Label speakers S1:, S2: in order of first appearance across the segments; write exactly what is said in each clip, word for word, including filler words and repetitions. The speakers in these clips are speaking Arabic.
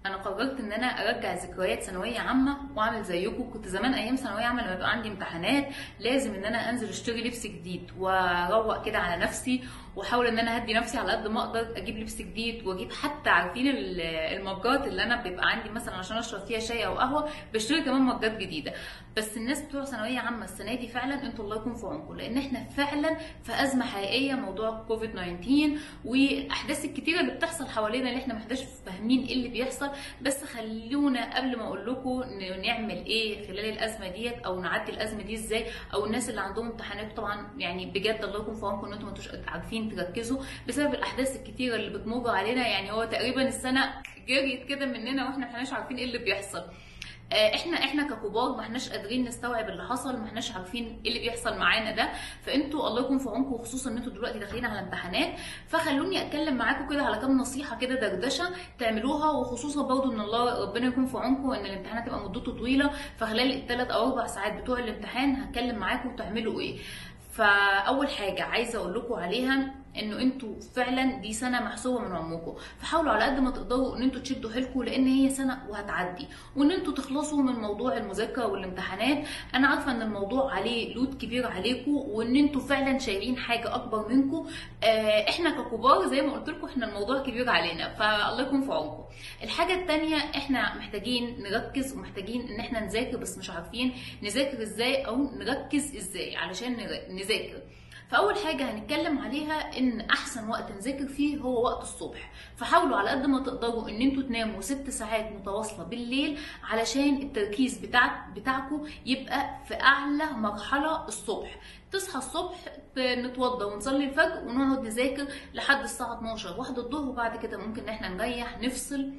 S1: انا قررت ان انا ارجع ذكريات ثانويه عامه واعمل زيكم. كنت زمان ايام ثانويه عامه لما يبقى عندي امتحانات لازم ان انا انزل اشتري لبس جديد واروق كده على نفسي، واحاول ان انا اهدي نفسي على قد ما اقدر، اجيب لبس جديد واجيب حتى عارفين المجات اللي انا بيبقى عندي مثلا عشان اشرب فيها شاي او قهوه، بشتري كمان مجات جديده. بس الناس بتوع ثانويه عامه السنه دي فعلا انتوا الله يكون في عونكم، لان احنا فعلا في ازمه حقيقيه، موضوع كوفيد تسعتاشر والاحداث الكتيره اللي بتحصل حوالينا اللي احنا محدش فاهمين ايه اللي بيحصل. بس خلونا قبل ما اقول لكم نعمل ايه خلال الازمه ديت او نعدي الازمه دي ازاي، او الناس اللي عندهم امتحانات طبعا يعني بجد الله يكون في عونكم ان انتم ما انتوش عارفين تركزوا بسبب الاحداث الكتيره اللي بتمر علينا. يعني هو تقريبا السنه جريت كده مننا واحنا ما احناش عارفين ايه اللي بيحصل. احنا احنا ككبار ما احناش قادرين نستوعب اللي حصل، ما احناش عارفين ايه اللي بيحصل معانا ده. فانتوا الله يكون في عونكم، وخصوصا ان انتوا دلوقتي داخلين على امتحانات. فخلوني اتكلم معاكم كده على كام نصيحه كده دردشه تعملوها، وخصوصا برضو ان الله ربنا يكون في عونكم ان الامتحانات تبقى مدته طويله. فخلال الثلاث او اربع ساعات بتوع الامتحان هتكلم معاكم تعملوا ايه. فاول حاجه عايزه اقول لكم عليها انه انتوا فعلا دي سنه محسوبه من عمركم، فحاولوا على قد ما تقدروا ان انتوا تشدوا حيلكم، لان هي سنه وهتعدي، وان انتوا تخلصوا من موضوع المذاكره والامتحانات. انا عارفه ان الموضوع عليه لود كبير عليكم، وان انتوا فعلا شايلين حاجه اكبر منكم. آه احنا ككبار زي ما قلت لكم احنا الموضوع كبير علينا، فالله يكون في عونكم. الحاجه الثانيه احنا محتاجين نركز ومحتاجين ان احنا نذاكر، بس مش عارفين نذاكر ازاي او نركز ازاي علشان نذاكر. فاول حاجه هنتكلم عليها ان احسن وقت نذاكر فيه هو وقت الصبح. فحاولوا على قد ما تقدروا ان انتوا تناموا ست ساعات متواصله بالليل علشان التركيز بتاع بتاعكم يبقى في اعلى مرحله الصبح. تصحى الصبح نتوضى ونصلي الفجر ونقعد نذاكر لحد الساعه اتناشر واحدة الظهر، وبعد كده ممكن ان احنا نريح نفصل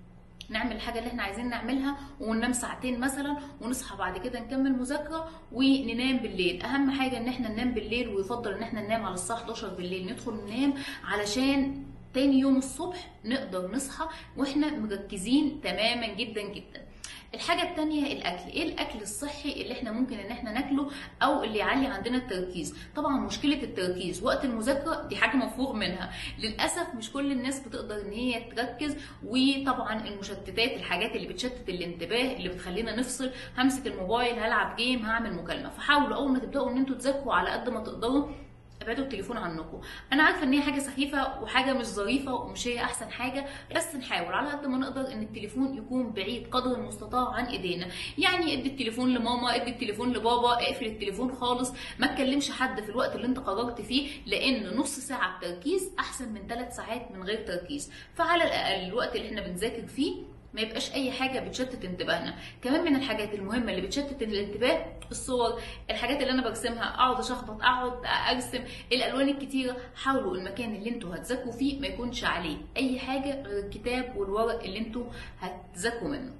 S1: نعمل الحاجه اللي احنا عايزين نعملها وننام ساعتين مثلا، ونصحى بعد كده نكمل مذاكره وننام بالليل. اهم حاجه ان احنا ننام بالليل، ويفضل ان احنا ننام على الساعه حداشر بالليل ندخل ننام علشان تاني يوم الصبح نقدر نصحى واحنا مركزين تماما جدا جدا. الحاجه الثانيه الاكل. ايه الاكل الصحي اللي احنا ممكن ان احنا ناكله او اللي يعلي عندنا التركيز؟ طبعا مشكله التركيز وقت المذاكره دي حاجه مفروغ منها، للاسف مش كل الناس بتقدر ان هي تركز. وطبعا المشتتات، الحاجات اللي بتشتت الانتباه اللي بتخلينا نفصل، همسك الموبايل هلعب جيم هعمل مكالمه. فحاولوا اول ما تبداوا ان انتوا تذاكروا على قد ما تقدروا ابعدوا التليفون عنكم. انا عارفه ان هي حاجه سخيفه وحاجه مش ظريفه ومش هي احسن حاجه، بس نحاول على قد ما نقدر ان التليفون يكون بعيد قدر المستطاع عن ايدينا. يعني ادي التليفون لماما، ادي التليفون لبابا، اقفل التليفون خالص، ما تكلمش حد في الوقت اللي انت قررت فيه، لان نص ساعه تركيز احسن من ثلاث ساعات من غير تركيز. فعلى الاقل الوقت اللي احنا بنذاكر فيه ما يبقاش اي حاجه بتشتت انتباهنا. كمان من الحاجات المهمه اللي بتشتت الانتباه الصور، الحاجات اللي انا برسمها، اقعد اشخبط، اقعد ارسم، الالوان الكتيره. حاولوا المكان اللي انتوا هتذاكروا فيه ما يكونش عليه اي حاجه غير الكتاب والورق اللي انتوا هتذاكروا منه.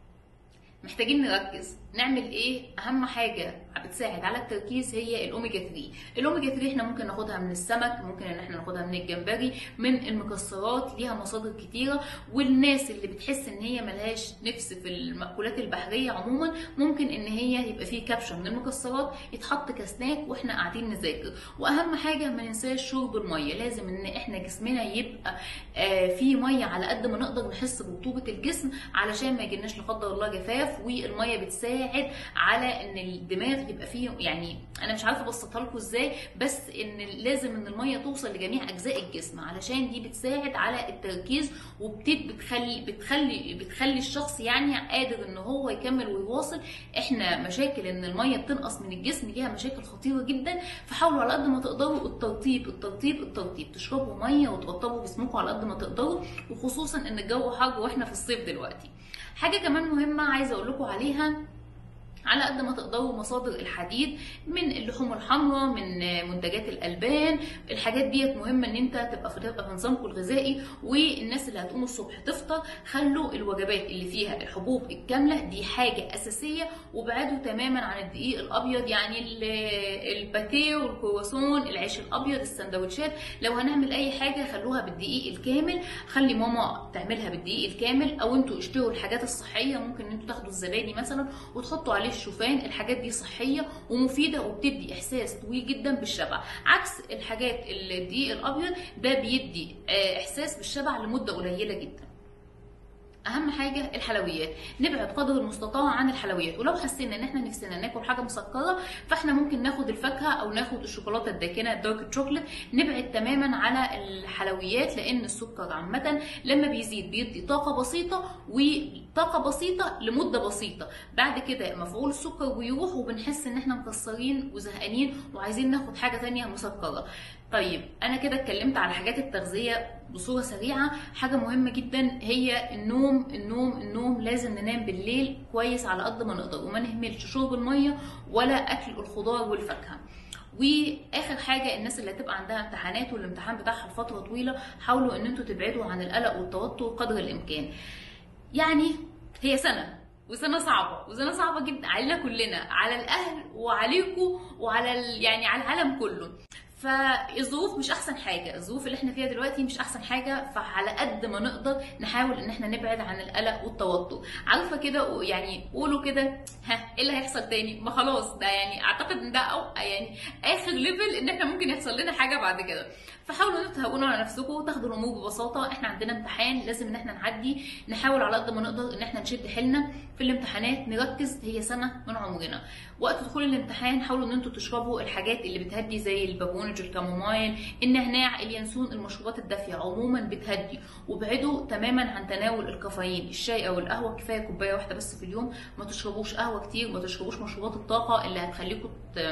S1: محتاجين نركز. نعمل ايه؟ اهم حاجه بتساعد على التركيز هي الاوميجا ثلاثة. الاوميجا ثلاثة احنا ممكن ناخدها من السمك، ممكن ان احنا ناخدها من الجمبري، من المكسرات، ليها مصادر كتيره. والناس اللي بتحس ان هي ملهاش نفس في المأكولات البحريه عموما، ممكن ان هي يبقى فيه كبشه من المكسرات يتحط كسناك واحنا قاعدين نذاكر. واهم حاجه ما ننساش شرب الميه. لازم ان احنا جسمنا يبقى آه فيه ميه على قد ما نقدر نحس برطوبه الجسم، علشان ما يجيلناش لا قدر الله جفاف. والميه بتساعد على ان الدماغ يبقى فيه، يعني انا مش عارفه ابسطها لكم ازاي، بس ان لازم ان الميه توصل لجميع اجزاء الجسم، علشان دي بتساعد على التركيز، وبتخلي بتخلي بتخلي الشخص يعني قادر ان هو يكمل ويواصل. احنا مشاكل ان الميه بتنقص من الجسم ليها مشاكل خطيره جدا. فحاولوا على قد ما تقدروا الترطيب الترطيب الترطيب تشربوا ميه وترطبوا جسمكم على قد ما تقدروا، وخصوصا ان الجو حر واحنا في الصيف دلوقتي. حاجه كمان مهمه عايزه اقول لكم عليها، على قد ما تقدروا مصادر الحديد من اللحوم الحمراء، من منتجات الالبان. الحاجات ديت مهمه ان انت تبقى في تبقى في نظامكم الغذائي. والناس اللي هتقوم الصبح تفطر، خلوا الوجبات اللي فيها الحبوب الكامله، دي حاجه اساسيه. وابعدوا تماما عن الدقيق الابيض، يعني الباتيه والكرواسون، العيش الابيض، السندوتشات. لو هنعمل اي حاجه خلوها بالدقيق الكامل. خلي ماما تعملها بالدقيق الكامل، او انتوا اشتروا الحاجات الصحيه. ممكن ان انتوا تاخدوا الزبادي مثلا وتحطوا عليه الشوفان. الحاجات دي صحيه ومفيده وبتدي احساس طويل جدا بالشبع، عكس الحاجات الدقيق الابيض ده بيدي احساس بالشبع لمده قليله جدا. اهم حاجه الحلويات، نبعد قدر المستطاع عن الحلويات. ولو حسينا ان احنا نفسنا ناكل حاجه مسكره فاحنا ممكن ناخد الفاكهه او ناخد الشوكولاته الداكنه الدارك شوكليت. نبعد تماما على الحلويات لان السكر عامه لما بيزيد بيدي طاقه بسيطه، وطاقه بسيطه لمده بسيطه، بعد كده مفعول السكر بيروح وبنحس ان احنا مكسرين وزهقانين وعايزين ناخد حاجه ثانيه مسكره. طيب انا كده اتكلمت على حاجات التغذيه بصوره سريعه. حاجه مهمه جدا هي النوم. النوم النوم لازم ننام بالليل كويس على قد ما نقدر، وما نهملش شرب الميه ولا اكل الخضار والفاكهه. واخر حاجه، الناس اللي هتبقى عندها امتحانات والامتحان بتاعها لفتره طويله، حاولوا ان انتوا تبعدوا عن القلق والتوتر قدر الامكان. يعني هي سنه وسنه صعبه، وسنه صعبه جدا علينا كلنا، على الاهل وعليكم وعلى ال... يعني على العالم كله. فالظروف مش احسن حاجه، الظروف اللي احنا فيها دلوقتي مش احسن حاجه، فعلى قد ما نقدر نحاول ان احنا نبعد عن القلق والتوتر. عارفه كده يعني قولوا كده ها ايه اللي هيحصل تاني؟ ما خلاص ده يعني اعتقد ان ده او يعني اخر ليفل ان احنا ممكن يحصل لنا حاجه بعد كده. فحاولوا ان انتوا تهونوا على نفسكم وتاخدوا الامور ببساطه. احنا عندنا امتحان لازم ان احنا نعدي، نحاول على قد ما نقدر ان احنا نشد حيلنا في الامتحانات، نركز، هي سنه من عمرنا. وقت دخول الامتحان حاولوا ان انتوا تشربوا الحاجات اللي بتهدي زي البابونج، الكامومايل، النعناع، اليانسون، المشروبات الدافيه عموما بتهدي. وابعدوا تماما عن تناول الكافيين، الشاي او القهوه كفايه كوبايه واحده بس في اليوم. ما تشربوش قهوه كتير، ما تشربوش مشروبات الطاقه اللي هتخليكم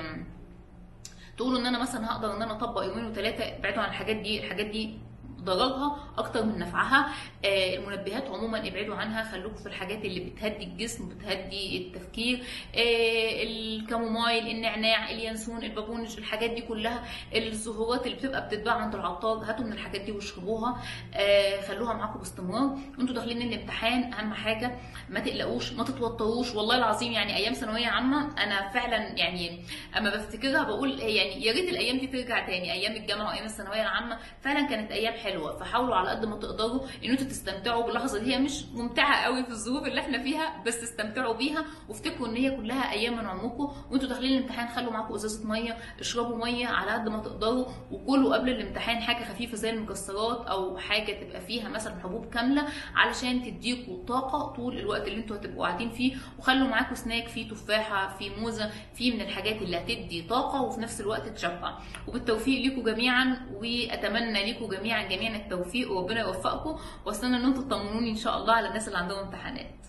S1: تقولوا ان انا مثلا هقدر ان انا اطبق يومين وثلاثه. ابعدوا عن الحاجات دي، الحاجات دي ضررها اكتر من نفعها. آه المنبهات عموما ابعدوا عنها، خلوكم في الحاجات اللي بتهدي الجسم بتهدي التفكير. آه الكامومايل، النعناع، اليانسون، البابونج، الحاجات دي كلها. الزهورات اللي بتبقى بتتباع عند العطار هاتوا من الحاجات دي واشربوها. آه خلوها معاكم باستمرار. انتوا داخلين الامتحان اهم حاجه ما تقلقوش، ما تتوتروش. والله العظيم يعني ايام ثانويه عامه انا فعلا يعني اما بفتكرها بقول يعني يا ريت الايام دي ترجع تاني. ايام الجامعه وايام الثانويه العامه فعلا كانت ايام حلوه. فحاولوا على قد ما تقدروا ان انتوا تستمتعوا باللحظه دي. هي مش ممتعه قوي في الظروف اللي احنا فيها، بس استمتعوا بيها وافتكروا ان هي كلها ايام من عمركم. وانتوا داخلين الامتحان خلوا معاكم ازازه ميه، اشربوا ميه على قد ما تقدروا، وكلوا قبل الامتحان حاجه خفيفه زي المكسرات او حاجه تبقى فيها مثلا حبوب كامله علشان تديكوا طاقه طول الوقت اللي انتوا هتبقوا قاعدين فيه. وخلوا معاكم سناك فيه تفاحه، فيه موزه، فيه من الحاجات اللي هتدي طاقه وفي نفس الوقت تشبع. وبالتوفيق ليكم جميعا، واتمنى ليكم جميعا جميعا التوفيق وربنا يوفقكم. واستنى ان انتم تطمنوني ان شاء الله على الناس اللي عندهم امتحانات.